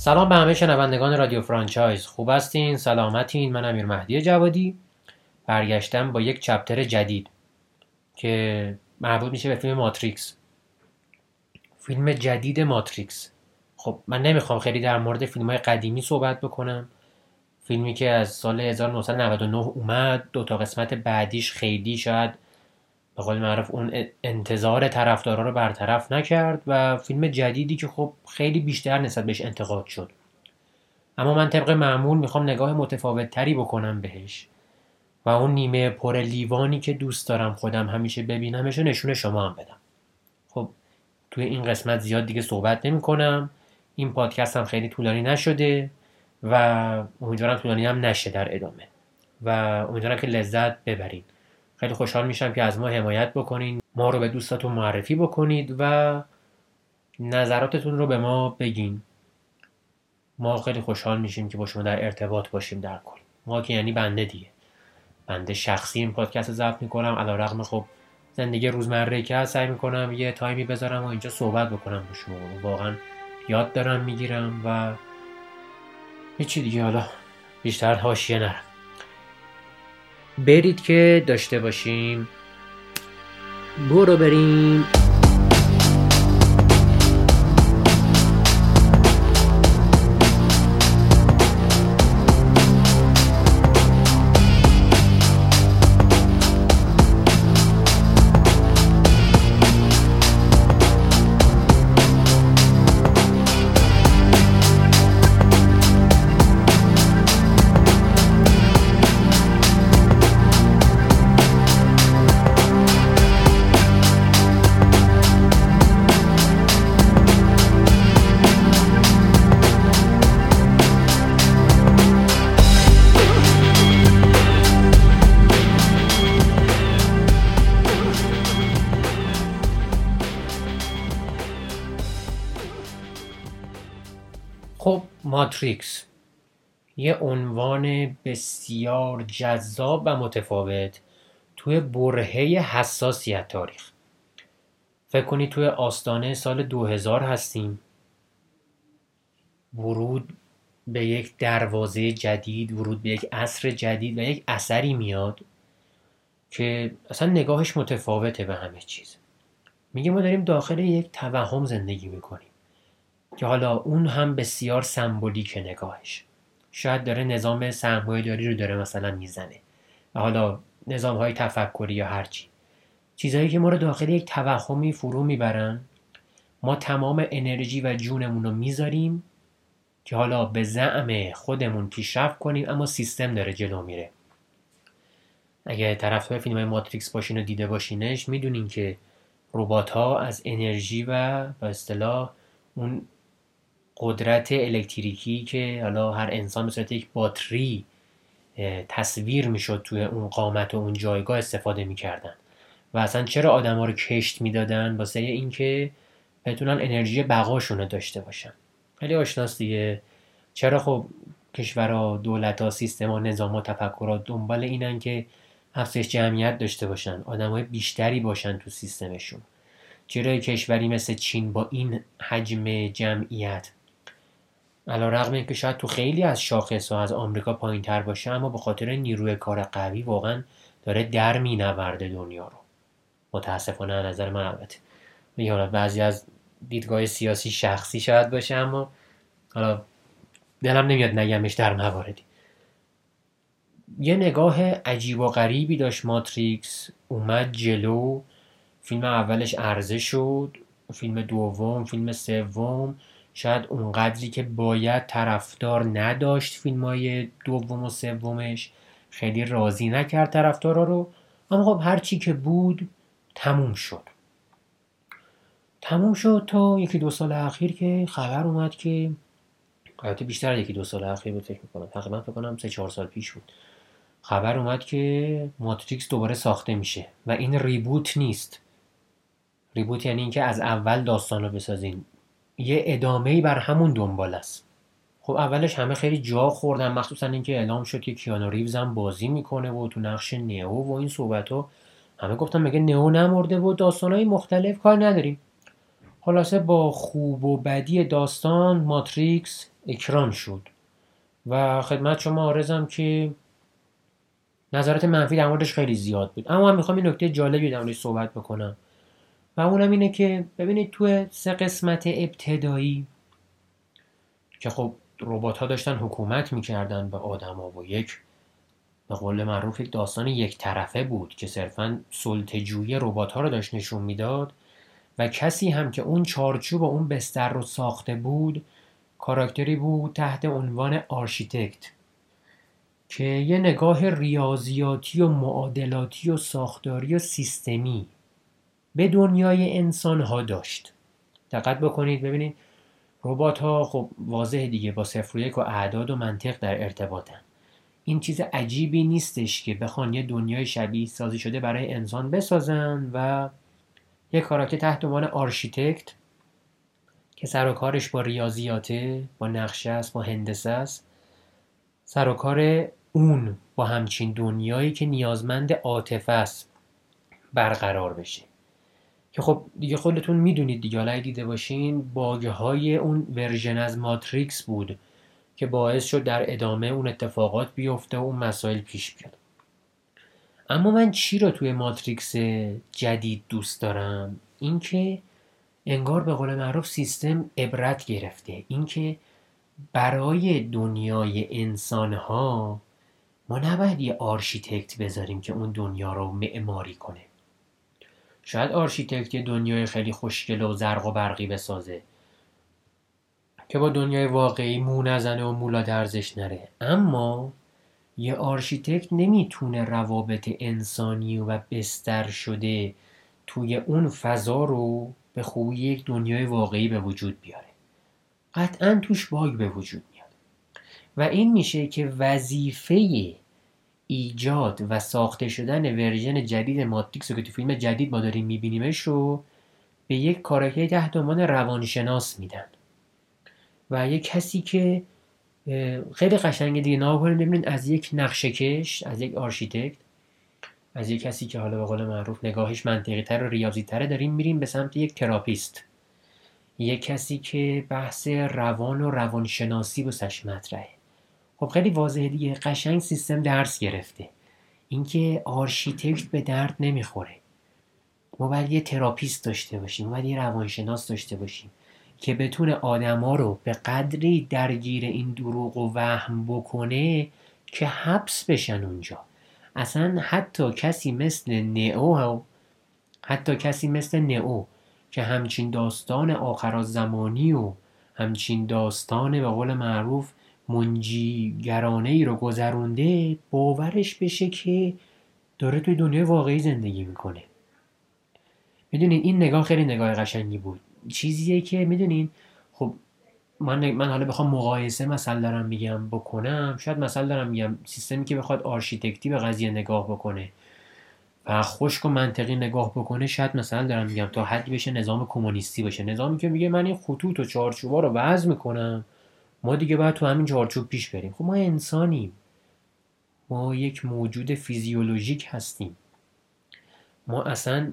سلام به همه شنوندگان رادیو فرانچایز. خوب هستین؟ سلامتین؟ من امیر مهدی جوادی برگشتم با یک چپتر جدید که مربوط میشه به فیلم ماتریکس. فیلم جدید ماتریکس. خب من نمیخوام خیلی در مورد فیلم‌های قدیمی صحبت بکنم. فیلمی که از سال 1999 اومد، 2 قسمت بعدیش خیلی شاید به قول معروف اون انتظار طرفدارا رو برطرف نکرد و فیلم جدیدی که خب خیلی بیشتر نسبت بهش انتقاد شد. اما من طبق معمول میخوام نگاه متفاوت تری بکنم بهش و اون نیمه پر لیوانی که دوست دارم خودم همیشه ببینمش و نشون شما هم بدم. خب توی این قسمت زیاد دیگه صحبت نمی کنم. این پادکست هم خیلی طولانی نشده و امیدوارم طولانی هم نشه در ادامه و امیدوارم که لذت ببرین. خیلی خوشحال میشم که از ما حمایت بکنین، ما رو به دوستاتون معرفی بکنید و نظراتتون رو به ما بگین. ما خیلی خوشحال میشیم که با شما در ارتباط باشیم. در کل ما که یعنی بنده دیگه، بنده شخصی این پادکست رو ضبط میکنم، علیرغم خب زندگی روزمره که هست سعی میکنم یه تایمی بذارم و اینجا صحبت بکنم با شما. واقعا یاد دارم میگیرم و هیچی دیگه. حالا بیشتر حاشیه نرم، برید که داشته باشیم. برو بریم. خب ماتریکس یه عنوان بسیار جذاب و متفاوت توی برهه حساسیت تاریخ. فکر کنید توی آستانه سال 2000 هستیم، ورود به یک دروازه جدید، ورود به یک عصر جدید و یک اثری میاد که اصلا نگاهش متفاوته به همه چیز. میگه ما داریم داخل یک توهم زندگی میکنیم که حالا اون هم بسیار سمبولیک نگاهش. شاید داره نظام سرمایه‌داری رو داره مثلا میزنه و حالا نظام‌های تفکری یا هرچی، چیزهایی که ما رو داخل یک توهمی فرو میبرن. ما تمام انرژی و جونمون رو میذاریم که حالا به زعم خودمون پیشرفت کنیم، اما سیستم داره جلو میره. اگه طرفدار فیلم‌های ماتریکس باشین و دیده باشینش، میدونین که ربات‌ها از انرژی و به اصطلاح اون قدرت الکتریکی که حالا هر انسان به صورت یک باتری تصویر میشد توی اون قامت و اون جایگاه استفاده میکردن و اصلا چرا آدم ها رو کشت میدادن؟ واسه این که بتونن انرژی بقاشون رو داشته باشن. خیلی آشناست دیگه. چرا خب کشورها، دولت‌ها، سیستم‌ها، نظام‌ها، تفکرات دنبال اینن که افزایش جمعیت داشته باشن، آدم‌های بیشتری باشن تو سیستمشون. چرا کشوری مثل چین با این حجم جمعیت، علیرغم اینکه شاید تو خیلی از شاخص‌ها از آمریکا پایین‌تر باشه، اما به خاطر نیروی کار قوی واقعا داره در مینورده دنیا رو. متاسفانه از نظر من، البته حالا بعضی از دیدگاه سیاسی شخصی شاید باشه، اما حالا دلم نمیاد نگمش در مواردی. یه نگاه عجیب و غریبی داشت ماتریکس، اومد جلو. فیلم اولش عرضه شد، فیلم دوم، فیلم سوم شاید اونقدری که باید طرفدار نداشت. فیلمای دوم و سومش خیلی راضی نکرد طرفدارا رو، اما خب هر چی که بود تموم شد تا 1-2 سال اخیر که خبر اومد که، البته بیشتر از 1-2 سال اخیر بود، تقریبا فکر کنم 3-4 سال پیش بود، خبر اومد که ماتریکس دوباره ساخته میشه و این ریبوت نیست. ریبوت یعنی اینکه از اول داستان رو بسازین، یه ادامه‌ای بر همون دنبال است. خب اولش همه خیلی جا خوردن، مخصوصا اینکه اعلام شد که کیانو ریوز هم بازی میکنه و تو نقش نئو و این صحبت‌ها. همه گفتن مگه نئو نمرده و داستان‌های مختلف، کار نداریم. خلاصه با خوب و بدی داستان ماتریکس اکران شد و خدمت شما عرضم که نظرات منفی در موردش خیلی زیاد بود، اما من میخوام این نکته جالبی در موردش صحبت بکنم و اونم اینه که ببینید تو 3 قسمت ابتدایی که خب ربات ها داشتن حکومت میکردن به آدما و یک به قول معروف یک داستان یک طرفه بود که صرفاً سلطه‌جویی ربات ها رو داشت نشون میداد و کسی هم که اون چارچوب و اون بستر رو ساخته بود کاراکتری بود تحت عنوان آرشیتکت که یه نگاه ریاضیاتی و معادلاتی و ساختاری و سیستمی به دنیای انسان ها داشت. دقت بکنید ببینید ربات ها خب واضحه دیگه با صفر و یک و اعداد و منطق در ارتباطن. این چیز عجیبی نیستش که بخوان یه دنیای شبیه سازی شده برای انسان بسازن و یه کاراکتر تحت عنوان آرشیتکت که سر و کارش با ریاضیاته، با نقشه است، با هندسه است، سر و کار اون با همچین دنیایی که نیازمند عاطفه است برقرار بشه. که خب دیگه خودتون میدونید دیگه، حالا دیده باشین باگ‌های اون ورژن از ماتریکس بود که باعث شد در ادامه اون اتفاقات بیفته و اون مسائل پیش بیاد. اما من چی رو توی ماتریکس جدید دوست دارم؟ اینکه انگار به قول معروف سیستم عبرت گرفته، اینکه برای دنیای انسان‌ها ما نباید یه آرشیتکت بذاریم که اون دنیا رو معماری کنه. شاید آرشیتکت یه دنیای خیلی خوشگل و زرق و برقی بسازه که با دنیای واقعی مو نزنه و مولا درزش نره، اما یه آرشیتکت نمیتونه روابط انسانی و بستر شده توی اون فضا رو به خوبی یک دنیای واقعی به وجود بیاره. قطعاً توش باگ به وجود میاد و این میشه که وظیفه ایجاد و ساخته شدن ورژن جدید ماتریکس رو که تو فیلم جدید ما داریم میبینیمش رو به یک کاراکتر تحت عنوان روانشناس میدن و یک کسی که خیلی قشنگه دیگه. نگاه کنید ببینید از یک نقشه‌کش، از یک آرشیتکت، از یک کسی که حالا به قول معروف نگاهش منطقی تر و ریاضی تره، داریم میریم به سمت یک تراپیست، یک کسی که بحث روان و روانشناسی بسش مطرحه. خب خیلی واضحه دیگه، قشنگ سیستم درس گرفته اینکه آرشیتکت به درد نمیخوره. ما باید یه تراپیست داشته باشیم، ما باید یه روانشناس داشته باشیم که بتونه آدما رو به قدری درگیر این دروغ و وهم بکنه که حبس بشن اونجا. اصلا حتی کسی مثل نئو که همچین داستان آخرالزمانی و همچین داستان به قول معروف منجیگرانه ای رو گذرونده، باورش بشه که داره توی دنیای واقعی زندگی میکنه. میدونین این نگاه خیلی نگاه قشنگی بود. چیزیه که میدونین خب من حالا بخوام مقایسه مثلا دارم میگم بکنم، شاید مثلا دارم میگم سیستمی که بخواد آرشیتکتی به قضیه نگاه بکنه و خشک و منطقی نگاه بکنه، شاید مثلا دارم میگم تا حدی بشه نظام کمونیستی باشه، نظامی که میگه من این خطوط و چارچوبا رو وضع میکنم، ما دیگه باید تو همین چارچوب پیش بریم. خب ما انسانیم، ما یک موجود فیزیولوژیک هستیم، ما اصلا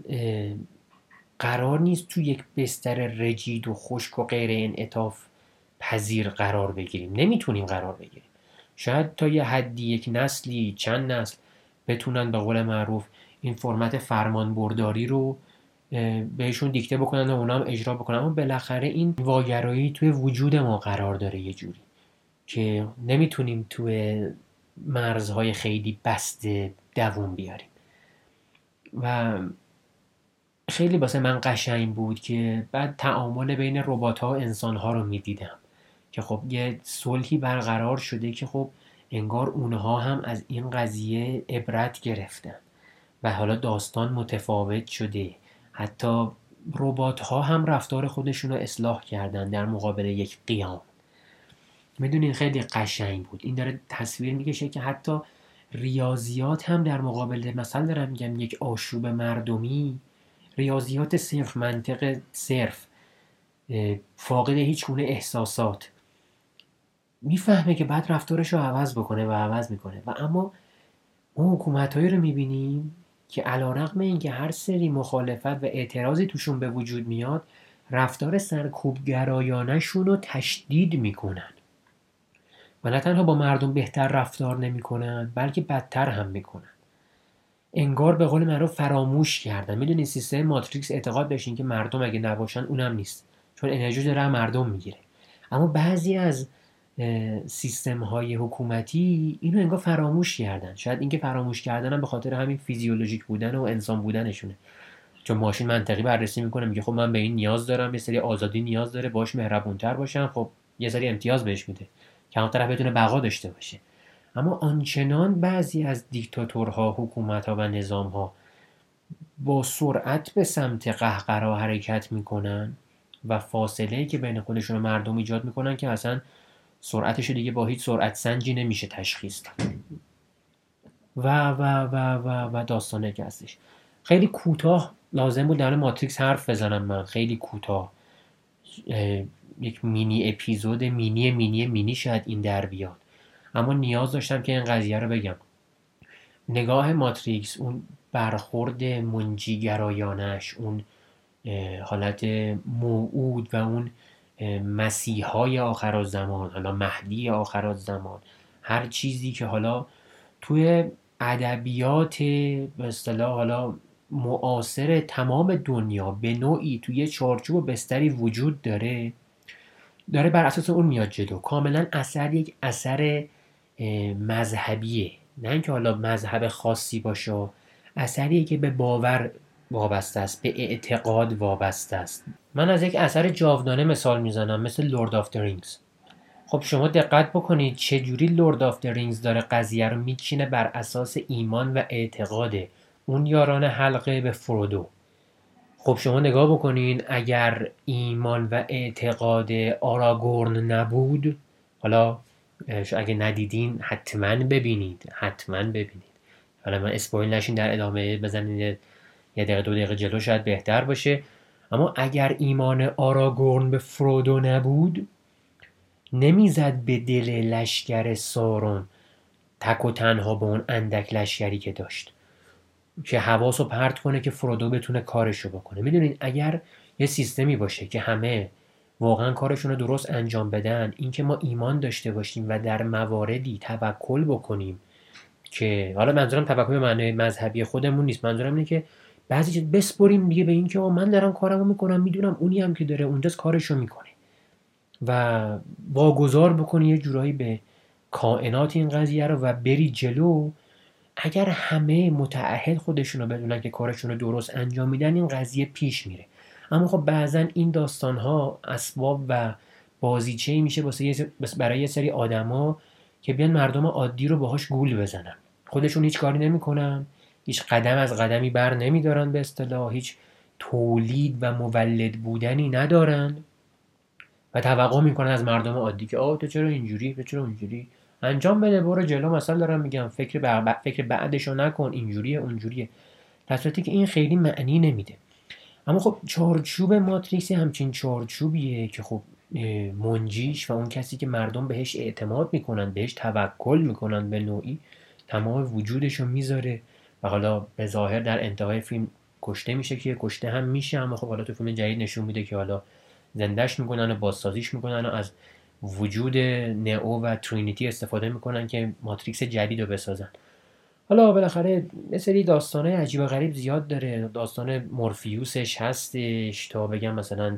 قرار نیست تو یک بستر رجید و خشک و غیر انعطاف پذیر قرار بگیریم، نمیتونیم قرار بگیریم. شاید تا یه حدی یک نسلی چند نسل بتونن به قول معروف این فرمت فرمان برداری رو بهشون دیکته بکنن و اونا هم اجرا بکنن، اما بالاخره این واگرایی توی وجود ما قرار داره یه جوری که نمیتونیم توی مرزهای خیلی بسته دووم بیاریم. و خیلی واسه من قشنگ بود که بعد تعامل بین ربات‌ها و انسان‌ها رو می‌دیدم که خب یه صلحی برقرار شده که خب انگار اونها هم از این قضیه عبرت گرفتن و حالا داستان متفاوت شده. حتی ربات‌ها هم رفتار خودشون رو اصلاح کردن در مقابل یک قیام. میدونین خیلی قشنگ بود. این داره تصویر میکشه که حتی ریاضیات هم در مقابل مثلا دارم میگم یک آشوب مردمی، ریاضیات صرف، منطق صرف، فاقد هیچ گونه احساسات، میفهمه که بعد رفتارش رو عوض بکنه و عوض میکنه. و اما ما حکومت‌هایی رو میبینیم که علیرغم اینکه هر سری مخالفت و اعتراضی توشون به وجود میاد، رفتار سرکوبگرایانه‌شون رو تشدید میکنن. و نه تنها با مردم بهتر رفتار نمیکنن بلکه بدتر هم میکنن. انگار به قول معروف فراموش کردن. میدونین سیستم ماتریکس اعتقاد داشتین که مردم اگه نباشن اونم نیست، چون انرژی داره مردم میگیره. اما بعضی از سیستم های حکومتی اینو انگار فراموش کردن. شاید اینکه فراموش کردن هم به خاطر همین فیزیولوژیک بودن و انسان بودنشونه. چون ماشین منطقی بررسی میکنه، میگه خب من به این نیاز دارم، یه سری آزادی نیاز داره، باش مهربونتر باشم، خب یه سری امتیاز بهش میده که اون طرف بتونه بقا داشته باشه. اما آنچنان بعضی از دیکتاتورها، حکومتها و نظامها با سرعت به سمت قهقرا حرکت میکنن و فاصله‌ای که بین خودشون و مردم ایجاد میکنن که اصلا سرعتش دیگه با هیچ سرعت سنجی نمیشه تشخیص داد. و داستانه که هستش. خیلی کوتاه لازم بود در ماتریکس حرف بزنم من، خیلی کوتاه. یک مینی اپیزود مینی شاید این در بیاد، اما نیاز داشتم که این قضیه رو بگم. نگاه ماتریکس، اون برخورد منجیگرایانش، اون حالت موعود و اون مسیحای آخرالزمان، حالا مهدی آخرالزمان، هر چیزی که حالا توی ادبیات به اصطلاح حالا معاصر تمام دنیا به نوعی توی چارچوب و بستری وجود داره بر اساس اون میاد جلو. کاملا اثر یک اثر مذهبیه، نه اینکه حالا مذهب خاصی باشه، اثریه که به باور وابسته است، به اعتقاد وابسته است. من از یک اثر جاودانه مثال میزنم، مثل لورد آف د رینگز. خب شما دقت بکنید چجوری لورد آف د رینگز داره قضیه رو میچینه بر اساس ایمان و اعتقاد اون یاران حلقه به فرودو. خب شما نگاه بکنین، اگر ایمان و اعتقاد آراگورن نبود، حالا اگه ندیدین حتما ببینید، حالا من اسپویل نشین در ادامه بزنین، یه دقیقه 2 دقیقه جلو شاید بهتر باشه. اما اگر ایمان آراگورن به فرودو نبود، نمیزد به دل لشکر سارون تک و تنها به اون اندک لشکری که داشت که حواسو پرت کنه که فرودو بتونه کارشو بکنه. میدونین اگر یه سیستمی باشه که همه واقعا کارشون رو درست انجام بدن، اینکه ما ایمان داشته باشیم و در مواردی توکل بکنیم، که حالا منظورم توکل به معنای مذهبی خودمون نیست، منظورم اینه که بعضی چیز بسپریم دیگه به این که من دارم کارمو میکنم، میدونم اونی هم که داره اونجاست کارشو میکنه، و واگذار بکنی یه جورایی به کائنات این قضیه رو و بری جلو. اگر همه متعهد خودشونو بدونن که کارشونو درست انجام میدن، این قضیه پیش میره. اما خب بعضن این داستانها اسباب و بازیچه‌ای میشه برای یه سری آدما که بیان مردم عادی رو باهاش گول بزنن. خودشون هیچ کاری نمیکنن، هیچ قدم از قدمی بر نمیدارن، به اصطلاح هیچ تولید و مولد بودنی ندارن و توقع میکنن از مردم عادی که تو چرا اینجوری، تو چرا اونجوری، انجام بده، برو جلو. مثلا دارم میگم فکر بعدشو نکن، اینجوریه اونجوریه، در صورتی که این خیلی معنی نمیده. اما خب چارچوب ماتریکس همچین چارچوبیه که خب منجیش و اون کسی که مردم بهش اعتماد میکنن، بهش توکل میکنن، به نوعی تمام وجودشو میذاره و حالا به ظاهر در انتهای فیلم کشته میشه، که کشته هم میشه، اما خب حالا تو فیلم جدید نشون میده که حالا زندهش میکنن و بازسازیش میکنن و از وجود نئو و ترینیتی استفاده میکنن که ماتریکس جدید رو بسازن. حالا بالاخره یه سری داستانه عجیب و غریب زیاد داره. داستان مورفیوسش هستش، تا بگم مثلا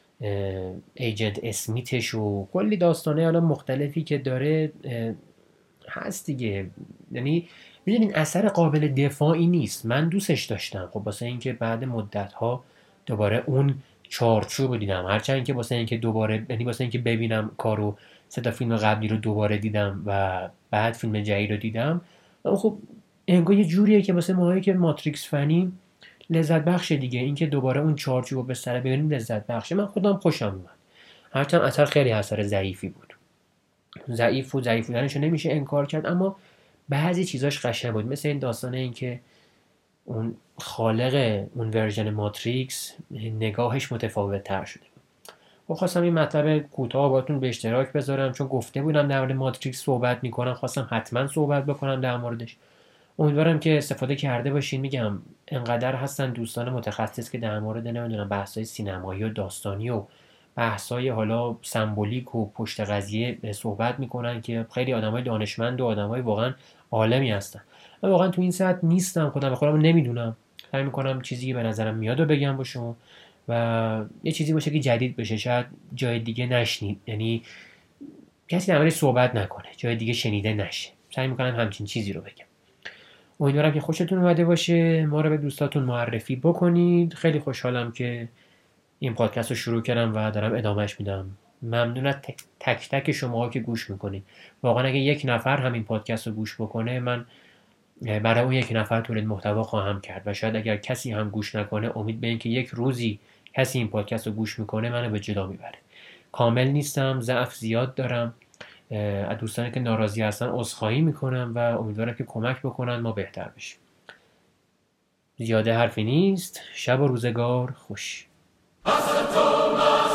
ایجنت اسمیتش و کلی داستانه حالا مختلفی که داره هست دیگه. یعنی میدونین اثر قابل دفاعی نیست. من دوستش داشتم، خب واسه اینکه بعد مدت‌ها دوباره اون چارچوب دیدم، هرچند که واسه اینکه دوباره، یعنی واسه اینکه ببینم کارو، 3 تا فیلم قبلی رو دوباره دیدم و بعد فیلم جدید رو دیدم. اما خب انگار یه جوریه که واسه ماهایی که ماتریکس فنی لذت بخشه دیگه، اینکه دوباره اون چارچوب رو به سر ببینیم لذت بخشه. من خودم خوشم اومد، هرچند اثر خیلی اثر ضعیفی بود. ضعیف بودنش رو نمیشه انکار کرد، اما بعضی چیزاش قشنگ بود، مثل این داستانه این که اون خالق اون ورژن ماتریکس نگاهش متفاوت تر شده. و خواستم این مطلب کوتاه باهاتون به اشتراک بذارم، چون گفته بودم در مورد ماتریکس صحبت میکنم، خواستم حتما صحبت بکنم در موردش. امیدوارم که استفاده کرده باشین. میگم انقدر هستن دوستان متخصص که در مورد نمیدونم بحث‌های سینمایی و داستانی و بحث‌های حالا سمبولیک و پشت قضیه صحبت میکنن که خیلی آدمای دانشمند و آدمای واقعا عالمی هستن. من واقعا تو این سطح نیستم، خودم به خودم نمیدونم، سعی میکنم چیزی که به نظرم میاد رو بگم با شما و یه چیزی باشه که جدید بشه، شاید جای دیگه نشنید، یعنی کسی دربارش صحبت نکنه، جای دیگه شنیده نشه. سعی میکنم همچین چیزی رو بگم. امیدوارم که خوشتون اومده باشه، ما رو به دوستاتون معرفی بکنید. خیلی خوشحالم که این پادکست رو شروع کردم و دارم ادامهش میدم. ممنون از تک تک شماها که گوش میکنید. واقعا اگه یک نفر همین پادکست رو گوش بکنه، من برای اون یک نفر تولید محتوا خواهم کرد و شاید اگر کسی هم گوش نکنه، امید به این که یک روزی کسی این پادکست رو گوش میکنه منو به جلو میبره. کامل نیستم، ضعف زیاد دارم. از دوستانی که ناراضی هستن عذرخواهی میکنم و امیدوارم که کمک بکنن ما بهتر بشیم. زیاده حرفی نیست. شب و روزگار خوش.